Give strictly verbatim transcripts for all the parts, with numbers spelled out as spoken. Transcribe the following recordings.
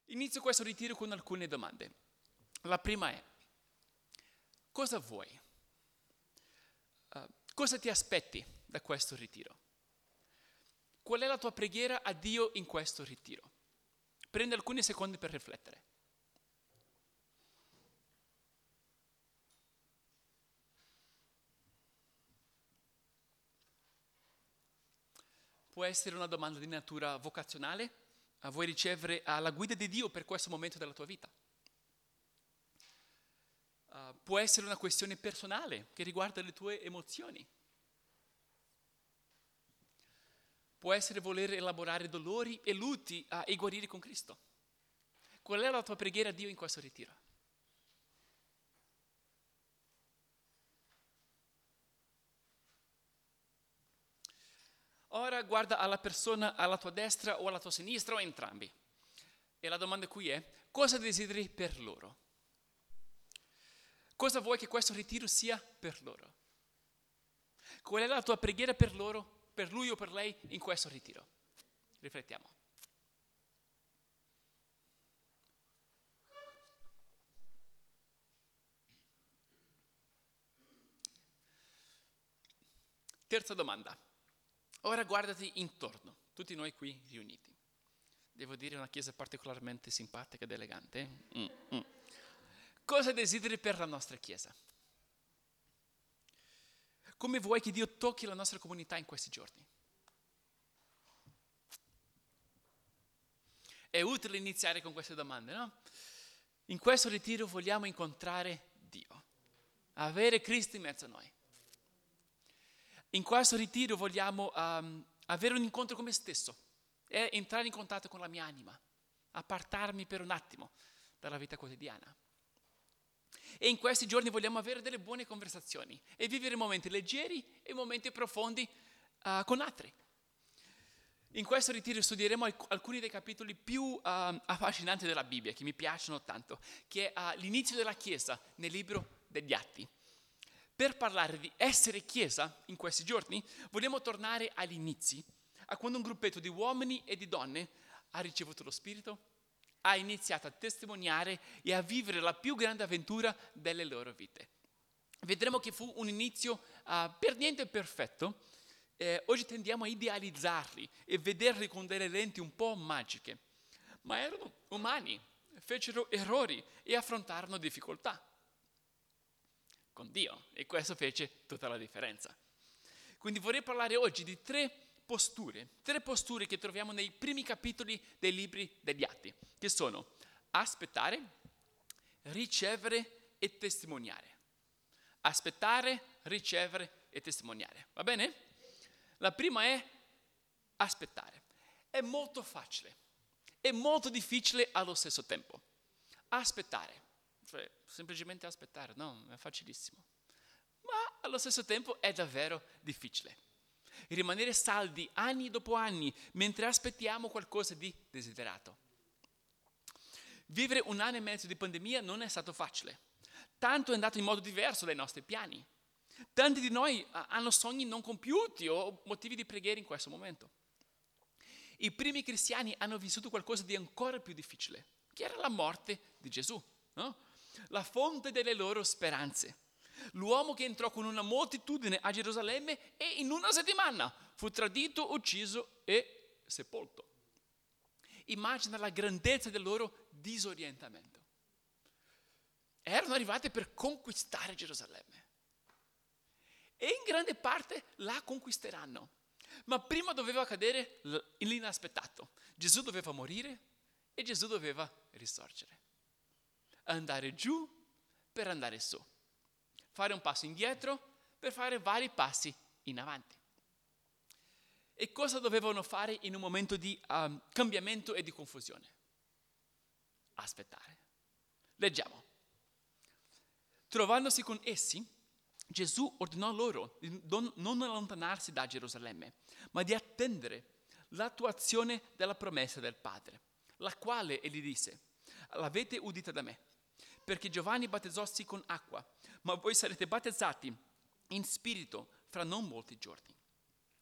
Inizio questo ritiro con alcune domande. La prima è, cosa vuoi? Uh, cosa ti aspetti da questo ritiro? Qual è la tua preghiera a Dio in questo ritiro? Prendi alcuni secondi per riflettere. Può essere una domanda di natura vocazionale? Uh, vuoi ricevere uh, la guida di Dio per questo momento della tua vita? Uh, può essere una questione personale che riguarda le tue emozioni. Può essere voler elaborare dolori e lutti uh, e guarire con Cristo. Qual è la tua preghiera a Dio in questo ritiro? Ora guarda alla persona alla tua destra o alla tua sinistra o entrambi. E la domanda qui è, cosa desideri per loro? Cosa vuoi che questo ritiro sia per loro? Qual è la tua preghiera per loro, per lui o per lei in questo ritiro? Riflettiamo. Terza domanda. Ora guardati intorno, tutti noi qui riuniti. Devo dire una chiesa particolarmente simpatica ed elegante. Mm, mm. Cosa desideri per la nostra chiesa? Come vuoi che Dio tocchi la nostra comunità in questi giorni? È utile iniziare con queste domande, no? In questo ritiro vogliamo incontrare Dio, avere Cristo in mezzo a noi. In questo ritiro vogliamo um, avere un incontro con me stesso, è entrare in contatto con la mia anima, appartarmi per un attimo dalla vita quotidiana. E in questi giorni vogliamo avere delle buone conversazioni e vivere momenti leggeri e momenti profondi uh, con altri. In questo ritiro studieremo alc- alcuni dei capitoli più uh, affascinanti della Bibbia, che mi piacciono tanto, che è uh, l'inizio della Chiesa nel libro degli Atti. Per parlare di essere Chiesa in questi giorni, vogliamo tornare agli inizi, a quando un gruppetto di uomini e di donne ha ricevuto lo Spirito, ha iniziato a testimoniare e a vivere la più grande avventura delle loro vite. Vedremo che fu un inizio uh, per niente perfetto. Eh, oggi tendiamo a idealizzarli e vederli con delle lenti un po' magiche, ma erano umani, fecero errori e affrontarono difficoltà con Dio, e questo fece tutta la differenza. Quindi vorrei parlare oggi di tre posture, tre posture che troviamo nei primi capitoli dei libri degli Atti, che sono aspettare, ricevere e testimoniare. Aspettare, ricevere e testimoniare. Va bene? La prima è aspettare. È molto facile, è molto difficile allo stesso tempo. Aspettare, cioè semplicemente aspettare, no, è facilissimo. Ma allo stesso tempo è davvero difficile. Rimanere saldi anni dopo anni mentre aspettiamo qualcosa di desiderato. Vivere un anno e mezzo di pandemia non è stato facile. Tanto è andato in modo diverso dai nostri piani. Tanti di noi hanno sogni non compiuti o motivi di preghiera in questo momento. I primi cristiani hanno vissuto qualcosa di ancora più difficile, che era la morte di Gesù, no? La fonte delle loro speranze. L'uomo che entrò con una moltitudine a Gerusalemme e in una settimana fu tradito, ucciso e sepolto. Immagina la grandezza del loro disorientamento. Erano arrivati per conquistare Gerusalemme. E in grande parte la conquisteranno. Ma prima doveva accadere l'inaspettato. Gesù doveva morire e Gesù doveva risorgere. Andare giù per andare su. Fare un passo indietro per fare vari passi in avanti. E cosa dovevano fare in un momento di um, cambiamento e di confusione? Aspettare. Leggiamo. Trovandosi con essi, Gesù ordinò loro di non allontanarsi da Gerusalemme, ma di attendere l'attuazione della promessa del Padre, la quale egli disse: l'avete udita da me, perché Giovanni battezzò sì con acqua, ma voi sarete battezzati in spirito fra non molti giorni.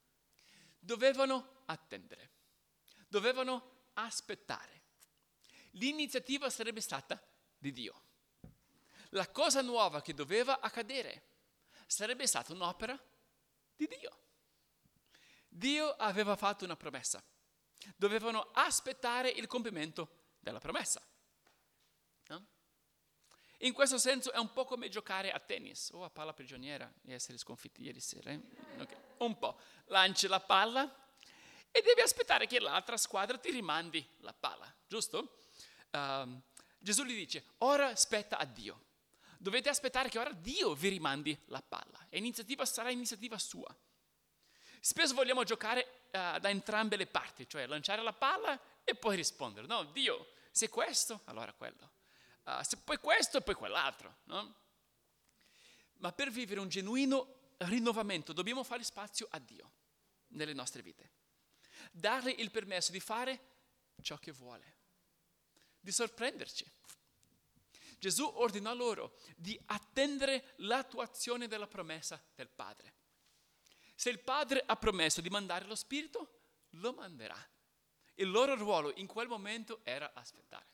Dovevano attendere, dovevano aspettare. L'iniziativa sarebbe stata di Dio. La cosa nuova che doveva accadere sarebbe stata un'opera di Dio. Dio aveva fatto una promessa. Dovevano aspettare il compimento della promessa. No? In questo senso è un po' come giocare a tennis o a palla prigioniera e essere sconfitti ieri sera. Eh? Okay. Un po'. Lanci la palla e devi aspettare che l'altra squadra ti rimandi la palla, giusto? Uh, Gesù gli dice, ora aspetta a Dio. Dovete aspettare che ora Dio vi rimandi la palla. E l'iniziativa sarà iniziativa sua. Spesso vogliamo giocare uh, da entrambe le parti, cioè lanciare la palla e poi rispondere. No, Dio, se questo, allora quello. Uh, se poi questo e poi quell'altro. No? Ma per vivere un genuino rinnovamento dobbiamo fare spazio a Dio nelle nostre vite. Darle il permesso di fare ciò che vuole, di sorprenderci. Gesù ordinò loro di attendere l'attuazione della promessa del Padre. Se il Padre ha promesso di mandare lo Spirito, lo manderà. Il loro ruolo in quel momento era aspettare.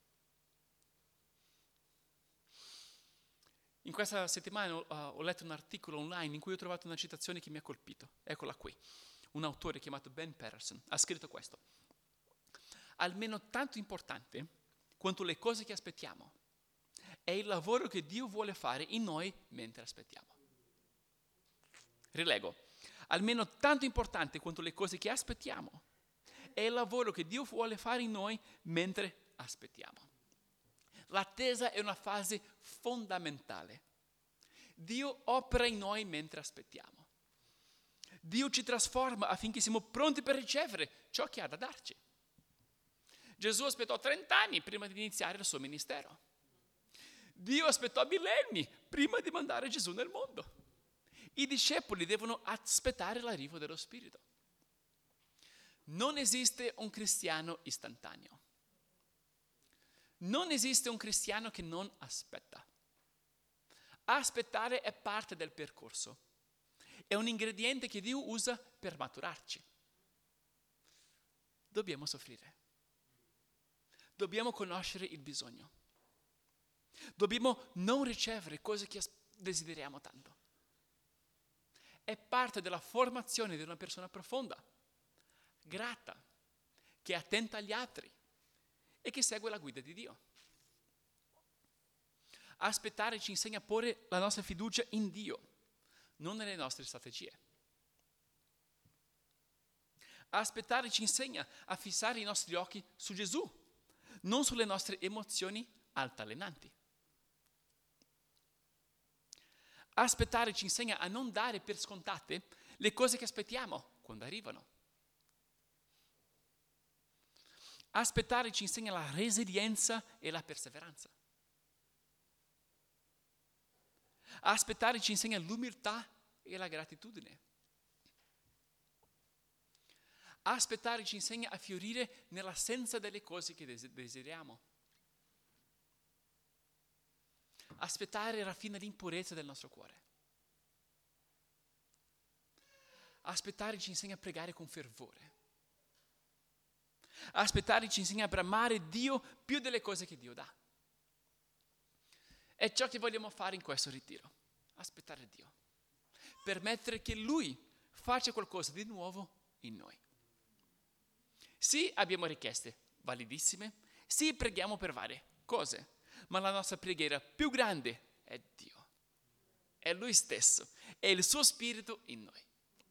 In questa settimana uh, ho letto un articolo online in cui ho trovato una citazione che mi ha colpito. Eccola qui. Un autore chiamato Ben Patterson ha scritto questo. Almeno tanto importante quanto le cose che aspettiamo è il lavoro che Dio vuole fare in noi mentre aspettiamo. Rilego. Almeno tanto importante quanto le cose che aspettiamo è il lavoro che Dio vuole fare in noi mentre aspettiamo. L'attesa è una fase fondamentale. Dio opera in noi mentre aspettiamo. Dio ci trasforma affinché siamo pronti per ricevere ciò che ha da darci. Gesù aspettò trenta anni prima di iniziare il suo ministero. Dio aspettò millenni prima di mandare Gesù nel mondo. I discepoli devono aspettare l'arrivo dello Spirito. Non esiste un cristiano istantaneo. Non esiste un cristiano che non aspetta. Aspettare è parte del percorso. È un ingrediente che Dio usa per maturarci. Dobbiamo soffrire. Dobbiamo conoscere il bisogno. Dobbiamo non ricevere cose che desideriamo tanto. È parte della formazione di una persona profonda, grata, che è attenta agli altri e che segue la guida di Dio. Aspettare ci insegna a porre la nostra fiducia in Dio, non nelle nostre strategie. Aspettare ci insegna a fissare i nostri occhi su Gesù, non sulle nostre emozioni altalenanti. Aspettare ci insegna a non dare per scontate le cose che aspettiamo quando arrivano. Aspettare ci insegna la resilienza e la perseveranza. Aspettare ci insegna l'umiltà e la gratitudine. Aspettare ci insegna a fiorire nell'assenza delle cose che desideriamo. Aspettare raffina l'impurezza del nostro cuore. Aspettare ci insegna a pregare con fervore. Aspettare ci insegna a bramare Dio più delle cose che Dio dà. È ciò che vogliamo fare in questo ritiro. Aspettare Dio. Permettere che Lui faccia qualcosa di nuovo in noi. Sì, abbiamo richieste validissime. Sì, preghiamo per varie cose. Ma la nostra preghiera più grande è Dio. È Lui stesso. È il suo Spirito in noi.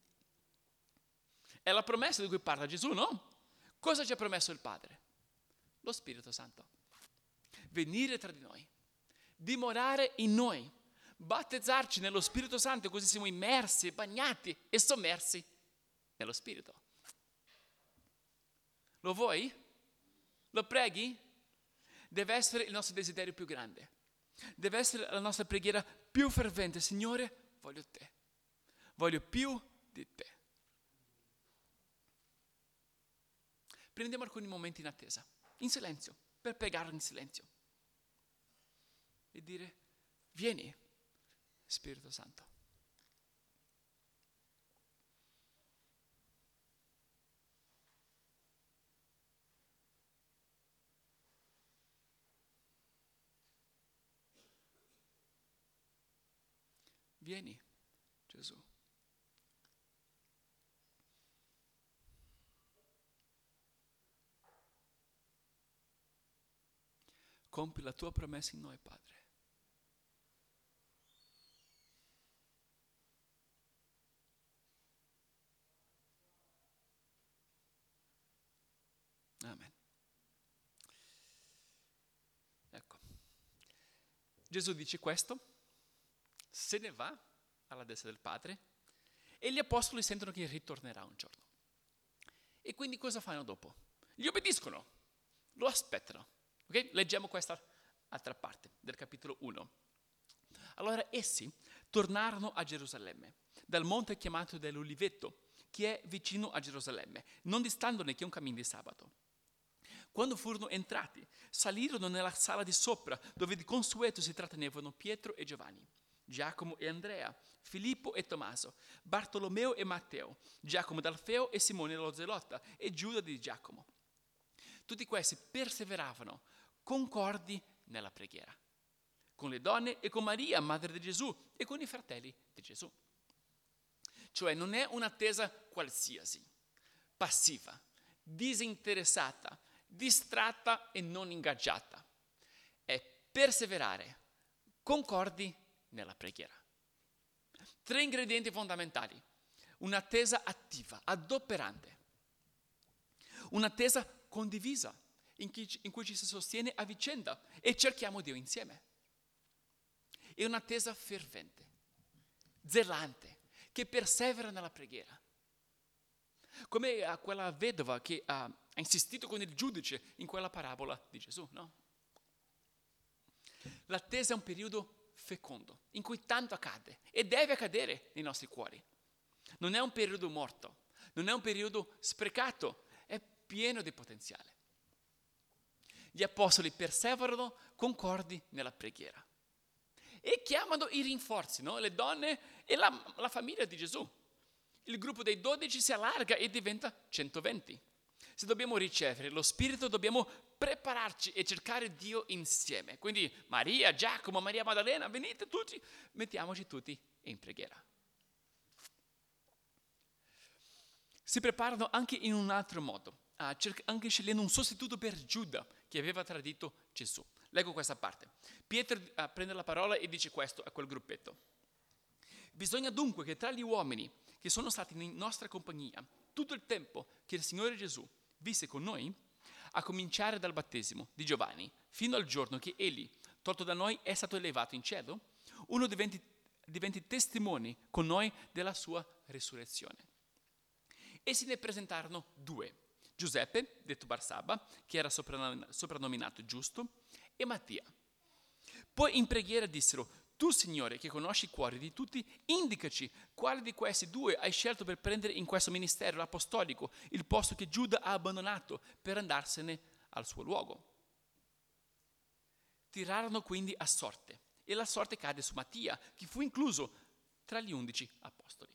È la promessa di cui parla Gesù, no? Cosa ci ha promesso il Padre? Lo Spirito Santo. Venire tra di noi. Dimorare in noi. Battezzarci nello Spirito Santo, così siamo immersi, bagnati e sommersi nello Spirito. Lo vuoi? Lo preghi? Deve essere il nostro desiderio più grande. Deve essere la nostra preghiera più fervente. Signore, voglio te. Voglio più di te. Prendiamo alcuni momenti in attesa, in silenzio, per pregare in silenzio. E dire, vieni, Spirito Santo. Vieni, Gesù. Compi la tua promessa in noi, Padre. Amen. Ecco. Gesù dice questo, se ne va alla destra del Padre e gli apostoli sentono che ritornerà un giorno. E quindi cosa fanno dopo? Gli obbediscono, lo aspettano. Okay? Leggiamo questa altra parte del capitolo uno. Allora essi tornarono a Gerusalemme, dal monte chiamato dell'Uliveto, che è vicino a Gerusalemme, non distandone che un cammin di sabato. Quando furono entrati, salirono nella sala di sopra, dove di consueto si trattenevano Pietro e Giovanni, Giacomo e Andrea, Filippo e Tommaso, Bartolomeo e Matteo, Giacomo d'Alfeo e Simone lo Zelota e Giuda di Giacomo. Tutti questi perseveravano concordi nella preghiera, con le donne e con Maria, madre di Gesù, e con i fratelli di Gesù. Cioè non è un'attesa qualsiasi, passiva, disinteressata, distratta e non ingaggiata. È perseverare, concordi nella preghiera. Tre ingredienti fondamentali. Un'attesa attiva, adoperante. Un'attesa condivisa, in cui, in cui ci si sostiene a vicenda e cerchiamo Dio insieme. E un'attesa fervente, zelante, che persevera nella preghiera. Come a quella vedova che ha, ha insistito con il giudice in quella parabola di Gesù, no? L'attesa è un periodo fecondo, in cui tanto accade e deve accadere nei nostri cuori. Non è un periodo morto, non è un periodo sprecato, è pieno di potenziale. Gli apostoli perseverano concordi nella preghiera e chiamano i rinforzi, no? Le donne e la, la famiglia di Gesù. Il gruppo dei dodici si allarga e diventa centoventi. Se dobbiamo ricevere lo Spirito dobbiamo prepararci e cercare Dio insieme. Quindi Maria, Giacomo, Maria Maddalena, venite tutti, mettiamoci tutti in preghiera. Si preparano anche in un altro modo, anche scegliendo un sostituto per Giuda che aveva tradito Gesù. Leggo questa parte. Pietro prende la parola e dice questo a quel gruppetto. Bisogna dunque che tra gli uomini che sono stati in nostra compagnia tutto il tempo che il Signore Gesù visse con noi, a cominciare dal battesimo di Giovanni, fino al giorno che egli, tolto da noi, è stato elevato in cielo, uno diventi, diventi testimoni con noi della sua risurrezione. Essi ne presentarono due, Giuseppe, detto Barsaba, che era soprannominato Giusto, e Mattia. Poi in preghiera dissero, tu Signore che conosci i cuori di tutti, indicaci quale di questi due hai scelto per prendere in questo ministero apostolico il posto che Giuda ha abbandonato per andarsene al suo luogo. Tirarono quindi a sorte e la sorte cade su Mattia, che fu incluso tra gli undici apostoli.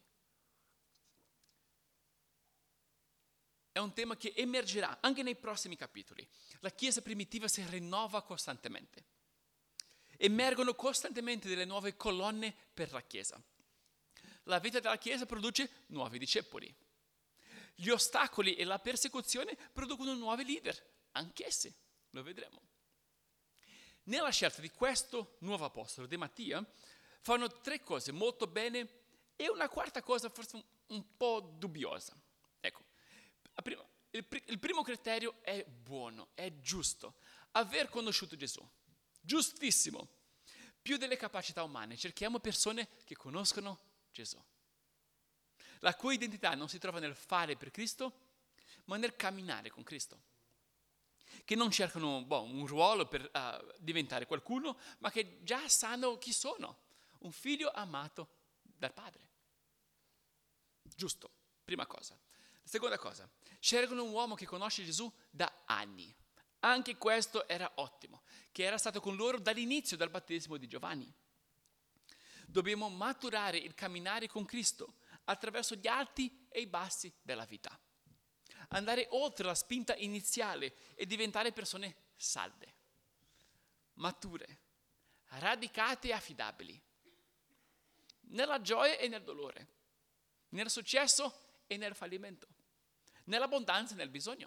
È un tema che emergerà anche nei prossimi capitoli. La Chiesa primitiva si rinnova costantemente. Emergono costantemente delle nuove colonne per la Chiesa. La vita della Chiesa produce nuovi discepoli. Gli ostacoli e la persecuzione producono nuovi leader, anch'essi, lo vedremo. Nella scelta di questo nuovo apostolo, di Mattia, fanno tre cose molto bene e una quarta cosa forse un, un po' dubbiosa. Ecco, prima, il, il primo criterio è buono, è giusto, aver conosciuto Gesù. Giustissimo, più delle capacità umane, cerchiamo persone che conoscono Gesù, la cui identità non si trova nel fare per Cristo, ma nel camminare con Cristo, che non cercano boh, un ruolo per uh, diventare qualcuno, ma che già sanno chi sono, un figlio amato dal Padre. Giusto, prima cosa. Seconda cosa, scelgono un uomo che conosce Gesù da anni. Anche questo era ottimo, che era stato con loro dall'inizio del battesimo di Giovanni. Dobbiamo maturare il camminare con Cristo attraverso gli alti e i bassi della vita. Andare oltre la spinta iniziale e diventare persone salde, mature, radicate e affidabili. nella gioia e nel dolore, nel successo e nel fallimento, nell'abbondanza e nel bisogno.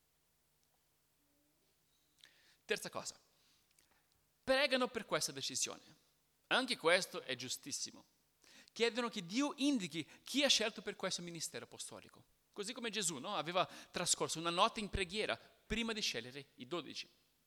Terza cosa, pregano per questa decisione. Anche questo è giustissimo. Chiedono che Dio indichi chi ha scelto per questo ministero apostolico. Così come Gesù, no? Aveva trascorso una notte in preghiera prima di scegliere i dodici.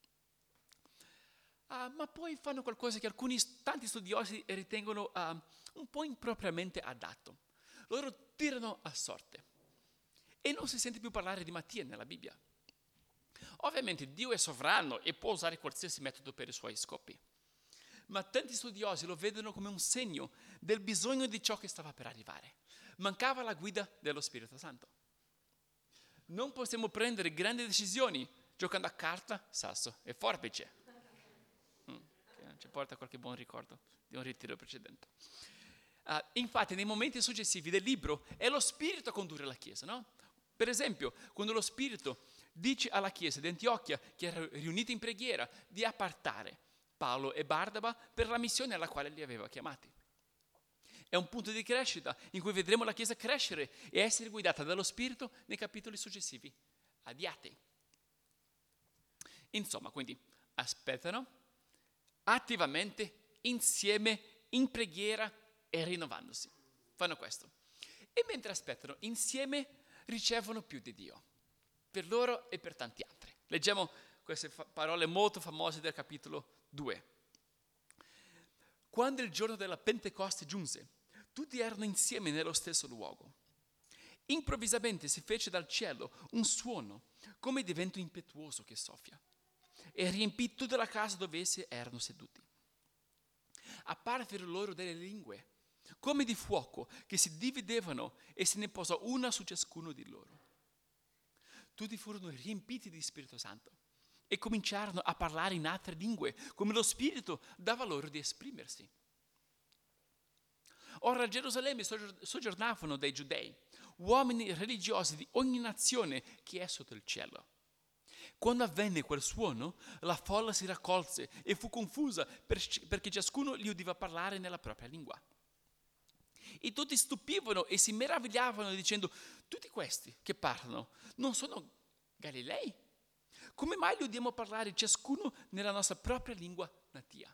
Ah, ma poi fanno qualcosa che alcuni tanti studiosi ritengono ah, un po' impropriamente adatto. Loro tirano a sorte e non si sente più parlare di Mattia nella Bibbia. Ovviamente Dio è sovrano e può usare qualsiasi metodo per i suoi scopi, ma tanti studiosi lo vedono come un segno del bisogno di ciò che stava per arrivare. Mancava la guida dello Spirito Santo. Non possiamo prendere grandi decisioni giocando a carta, sasso e forbice. Mm, ci porta qualche buon ricordo di un ritiro precedente. Uh, infatti, nei momenti successivi del libro è lo Spirito a condurre la Chiesa, no? Per esempio, quando lo Spirito dice alla Chiesa di Antiochia, che era riunita in preghiera, di appartare Paolo e Barnaba per la missione alla quale li aveva chiamati. È un punto di crescita in cui vedremo la Chiesa crescere e essere guidata dallo Spirito nei capitoli successivi di Atti. Insomma, quindi aspettano attivamente, insieme, in preghiera e rinnovandosi. Fanno questo. E mentre aspettano, insieme ricevono più di Dio, per loro e per tanti altri. Leggiamo queste fa- parole molto famose del capitolo due. Quando il giorno della Pentecoste giunse, tutti erano insieme nello stesso luogo. Improvvisamente si fece dal cielo un suono, come di vento impetuoso che soffia, e riempì tutta la casa dove essi erano seduti. Apparvero loro delle lingue, come di fuoco, che si dividevano e se ne posò una su ciascuno di loro. Tutti furono riempiti di Spirito Santo e cominciarono a parlare in altre lingue, come lo Spirito dava loro di esprimersi. Ora a Gerusalemme soggiornavano dei giudei, uomini religiosi di ogni nazione che è sotto il cielo. Quando avvenne quel suono, la folla si raccolse e fu confusa perché ciascuno gli udiva parlare nella propria lingua. E tutti stupivano e si meravigliavano dicendo: tutti questi che parlano non sono Galilei? Come mai li udiamo parlare ciascuno nella nostra propria lingua natia?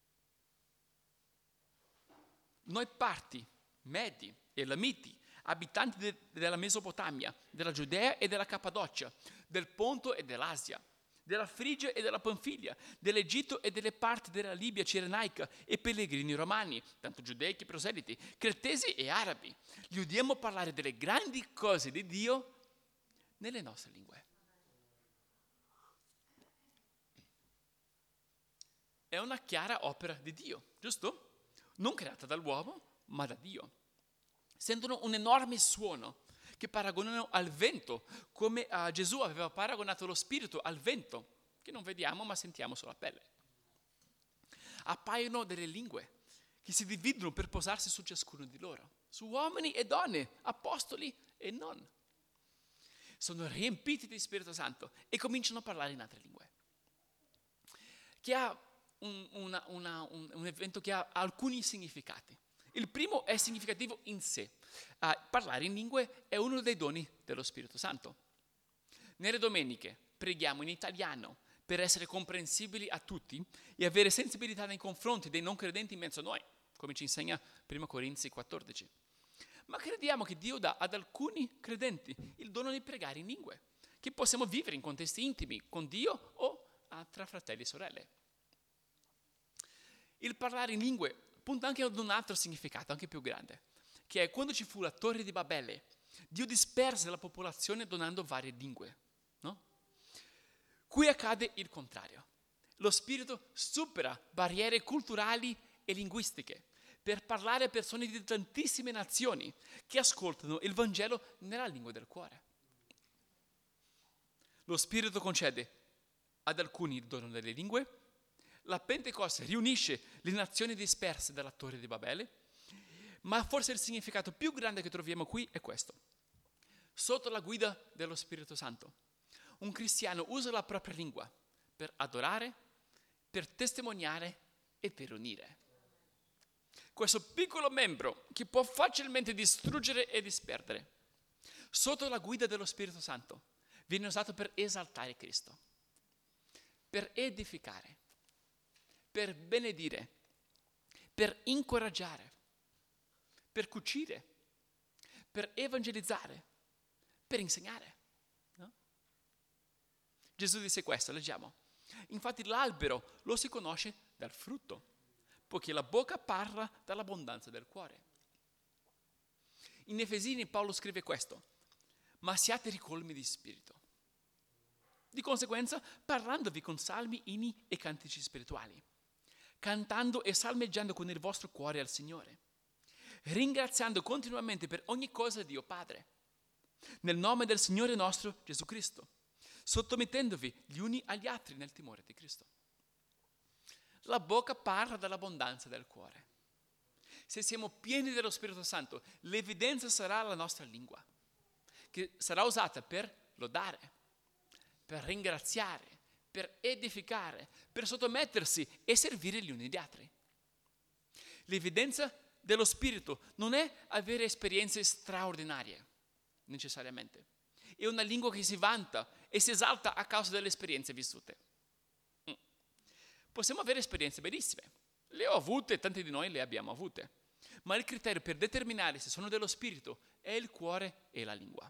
Noi parti, Medi, Elamiti, abitanti de- della Mesopotamia, della Giudea e della Cappadocia, del Ponto e dell'Asia, della Frigia e della Panfilia, dell'Egitto e delle parti della Libia cirenaica e pellegrini romani, tanto giudei che proseliti, cretesi e arabi. Gli udiamo parlare delle grandi cose di Dio nelle nostre lingue. È una chiara opera di Dio, giusto? Non creata dall'uomo, ma da Dio. Sentono un enorme suono che paragonano al vento, come uh, Gesù aveva paragonato lo Spirito al vento, che non vediamo ma sentiamo sulla pelle. Appaiono delle lingue che si dividono per posarsi su ciascuno di loro, su uomini e donne, apostoli e non. Sono riempiti di Spirito Santo e cominciano a parlare in altre lingue. Che ha un, una, una, un, un evento che ha alcuni significati. Il primo è significativo in sé. Uh, parlare in lingue è uno dei doni dello Spirito Santo. Nelle domeniche preghiamo in italiano per essere comprensibili a tutti e avere sensibilità nei confronti dei non credenti in mezzo a noi, come ci insegna primo Corinzi quattordici. Ma crediamo che Dio dà ad alcuni credenti il dono di pregare in lingue, che possiamo vivere in contesti intimi con Dio o uh, tra fratelli e sorelle. Il parlare in lingue punta anche ad un altro significato, anche più grande, che è quando ci fu la torre di Babele, Dio disperse la popolazione donando varie lingue, no? Qui accade il contrario. Lo Spirito supera barriere culturali e linguistiche per parlare a persone di tantissime nazioni che ascoltano il Vangelo nella lingua del cuore. Lo Spirito concede ad alcuni il dono delle lingue. La Pentecoste riunisce le nazioni disperse dalla Torre di Babele, ma forse il significato più grande che troviamo qui è questo. Sotto la guida dello Spirito Santo, un cristiano usa la propria lingua per adorare, per testimoniare e per unire. questo piccolo membro che può facilmente distruggere e disperdere, sotto la guida dello Spirito Santo, viene usato per esaltare Cristo, per edificare, per benedire, per incoraggiare, per cucire, per evangelizzare, per insegnare. No? Gesù disse questo, leggiamo. Infatti l'albero lo si conosce dal frutto, poiché la bocca parla dall'abbondanza del cuore. In Efesini Paolo scrive questo: ma siate ricolmi di spirito. Di conseguenza, parlandovi con salmi, inni e cantici spirituali, cantando e salmeggiando con il vostro cuore al Signore, ringraziando continuamente per ogni cosa Dio Padre, nel nome del Signore nostro Gesù Cristo, sottomettendovi gli uni agli altri nel timore di Cristo. La bocca parla dall'abbondanza del cuore. Se siamo pieni dello Spirito Santo, l'evidenza sarà la nostra lingua, che sarà usata per lodare, per ringraziare, per edificare, per sottomettersi e servire gli uni gli altri. L'evidenza dello Spirito non è avere esperienze straordinarie, necessariamente. È una lingua che si vanta e si esalta a causa delle esperienze vissute. Mm. Possiamo avere esperienze bellissime. Le ho avute, tanti di noi le abbiamo avute. Ma il criterio per determinare se sono dello Spirito è il cuore e la lingua.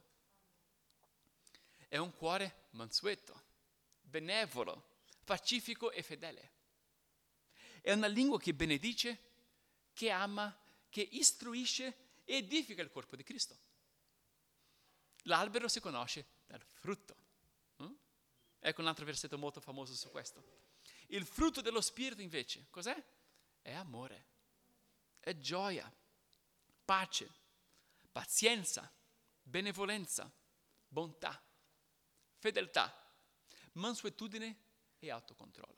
È un cuore mansueto, benevolo, pacifico e fedele. È una lingua che benedice, che ama, che istruisce e edifica il corpo di Cristo. L'albero si conosce dal frutto. Mm? Ecco un altro versetto molto famoso su questo. Il frutto dello Spirito invece, cos'è? È amore, è gioia, pace, pazienza, benevolenza, bontà, fedeltà, mansuetudine e autocontrollo.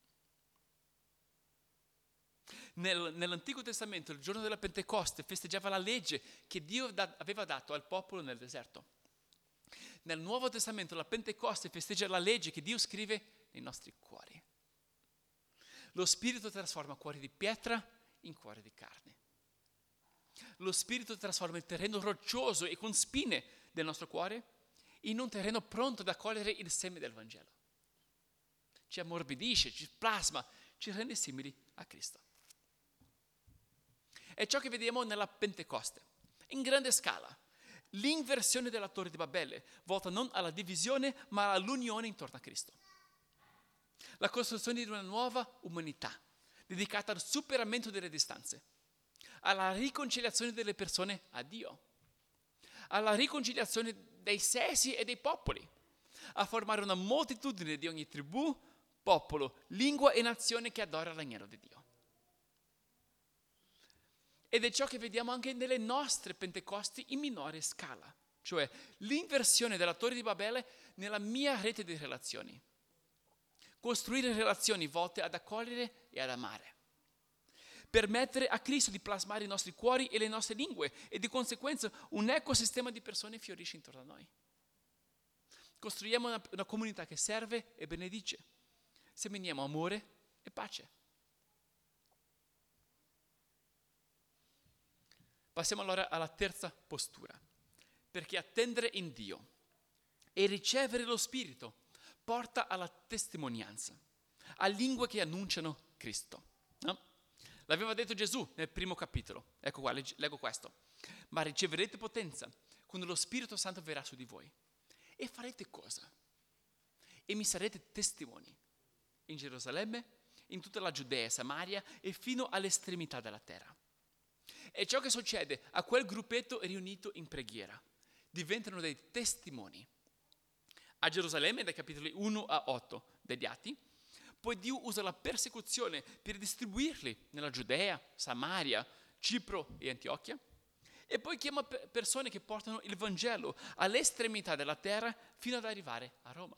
Nel, nell'Antico Testamento, il giorno della Pentecoste, festeggiava la legge che Dio da, aveva dato al popolo nel deserto. Nel Nuovo Testamento, la Pentecoste festeggia la legge che Dio scrive nei nostri cuori. Lo Spirito trasforma cuori di pietra in cuori di carne. Lo Spirito trasforma il terreno roccioso e con spine del nostro cuore in un terreno pronto ad accogliere il seme del Vangelo. Ci ammorbidisce, ci plasma, ci rende simili a Cristo. È ciò che vediamo nella Pentecoste, in grande scala. L'inversione della Torre di Babele, volta non alla divisione, ma all'unione intorno a Cristo. La costruzione di una nuova umanità, dedicata al superamento delle distanze, alla riconciliazione delle persone a Dio, alla riconciliazione dei sessi e dei popoli, a formare una moltitudine di ogni tribù, popolo, lingua e nazione che adora l'agnello di Dio. Ed è ciò che vediamo anche nelle nostre Pentecosti in minore scala, cioè l'inversione della Torre di Babele nella mia rete di relazioni. Costruire relazioni volte ad accogliere e ad amare. Permettere a Cristo di plasmare i nostri cuori e le nostre lingue e di conseguenza un ecosistema di persone fiorisce intorno a noi. Costruiamo una, una comunità che serve e benedice. Seminiamo amore e pace. Passiamo allora alla terza postura, perché attendere in Dio e ricevere lo Spirito porta alla testimonianza, a lingue che annunciano Cristo. No? L'aveva detto Gesù nel primo capitolo, ecco qua, leggo questo. Ma riceverete potenza quando lo Spirito Santo verrà su di voi. E farete cosa? E mi sarete testimoni in Gerusalemme, in tutta la Giudea e Samaria e fino all'estremità della terra. E ciò che succede a quel gruppetto riunito in preghiera. Diventano dei testimoni. A Gerusalemme, dai capitoli uno a otto degli Atti, poi Dio usa la persecuzione per distribuirli nella Giudea, Samaria, Cipro e Antiochia. E poi chiama persone che portano il Vangelo all'estremità della terra fino ad arrivare a Roma.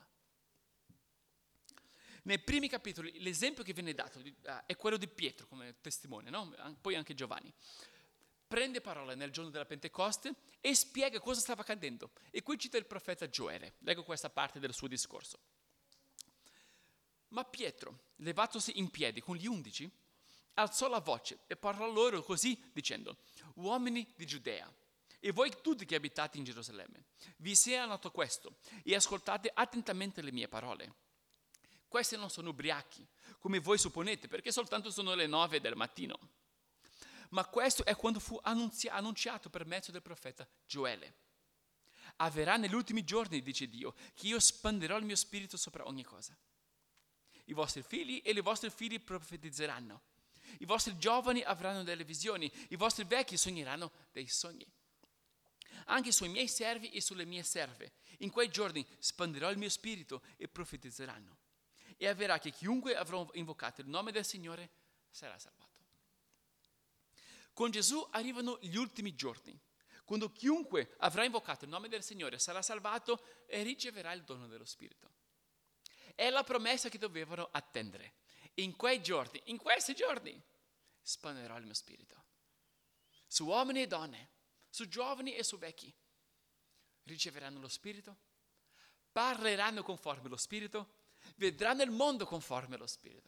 Nei primi capitoli l'esempio che viene dato è quello di Pietro come testimone, no? Poi anche Giovanni. Prende parola nel giorno della Pentecoste e spiega cosa stava accadendo. E qui cita il profeta Gioele. Leggo questa parte del suo discorso. Ma Pietro, levatosi in piedi con gli undici, alzò la voce e parlò loro così dicendo: uomini di Giudea, e voi tutti che abitate in Gerusalemme, vi sia noto questo e ascoltate attentamente le mie parole. Questi non sono ubriachi, come voi supponete, perché soltanto sono le nove del mattino. Ma questo è quanto fu annunzi- annunciato per mezzo del profeta Gioele. Avverrà negli ultimi giorni, dice Dio, che io spanderò il mio spirito sopra ogni cosa. I vostri figli e i vostri figli profetizzeranno. I vostri giovani avranno delle visioni, i vostri vecchi sogneranno dei sogni. Anche sui miei servi e sulle mie serve, in quei giorni spanderò il mio spirito e profetizzeranno. E avverrà che chiunque avrà invocato il nome del Signore sarà salvato. Con Gesù arrivano gli ultimi giorni, quando chiunque avrà invocato il nome del Signore sarà salvato e riceverà il dono dello Spirito. È la promessa che dovevano attendere. In quei giorni, in questi giorni, spanderò il mio spirito. Su uomini e donne, su giovani e su vecchi. Riceveranno lo Spirito, parleranno conforme lo Spirito, vedranno il mondo conforme lo Spirito.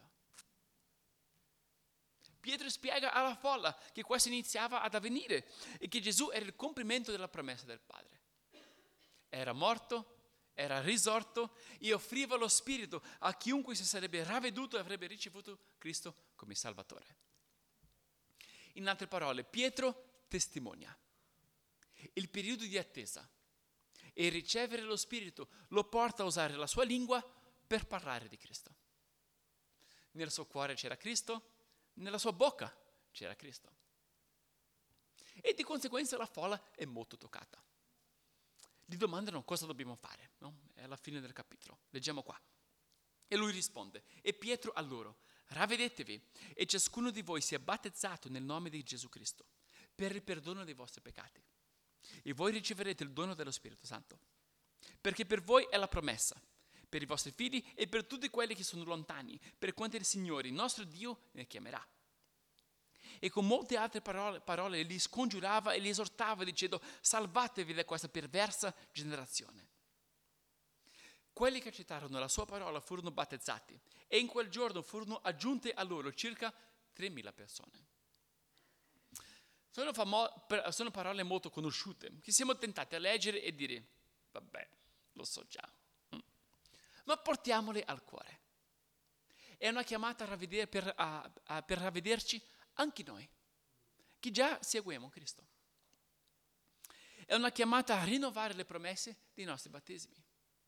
Pietro spiega alla folla che questo iniziava ad avvenire e che Gesù era il compimento della promessa del Padre. Era morto, era risorto e offriva lo Spirito a chiunque si sarebbe ravveduto e avrebbe ricevuto Cristo come Salvatore. In altre parole, Pietro testimonia il periodo di attesa e ricevere lo Spirito lo porta a usare la sua lingua per parlare di Cristo. Nel suo cuore c'era Cristo, nella sua bocca c'era Cristo. E di conseguenza la folla è molto toccata. Gli domandano cosa dobbiamo fare, no? È alla fine del capitolo, leggiamo qua. E lui risponde, e Pietro a loro: ravvedetevi e ciascuno di voi sia battezzato nel nome di Gesù Cristo per il perdono dei vostri peccati. E voi riceverete il dono dello Spirito Santo. Perché per voi è la promessa, per i vostri figli e per tutti quelli che sono lontani, per quanti il Signore, il nostro Dio, ne chiamerà. E con molte altre parole, parole li scongiurava e li esortava dicendo: salvatevi da questa perversa generazione. Quelli che accettarono la sua parola furono battezzati e in quel giorno furono aggiunte a loro circa tremila persone. Sono, famo- sono parole molto conosciute che siamo tentati a leggere e dire: vabbè, lo so già. Ma portiamole al cuore. È una chiamata a ravvedere, per, a, a, per ravvederci anche noi, che già seguiamo Cristo. È una chiamata a rinnovare le promesse dei nostri battesimi.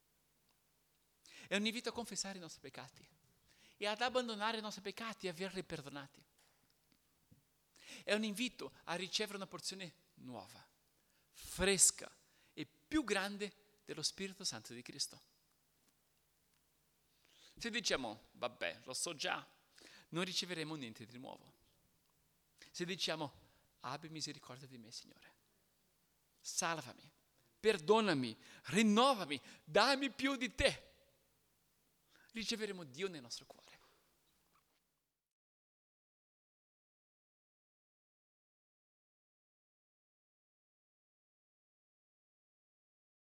È un invito a confessare i nostri peccati e ad abbandonare i nostri peccati e averli perdonati. È un invito a ricevere una porzione nuova, fresca e più grande dello Spirito Santo di Cristo. Se diciamo, vabbè, lo so già, non riceveremo niente di nuovo. Se diciamo, abbi misericordia di me, Signore, salvami, perdonami, rinnovami, dammi più di te, riceveremo Dio nel nostro cuore.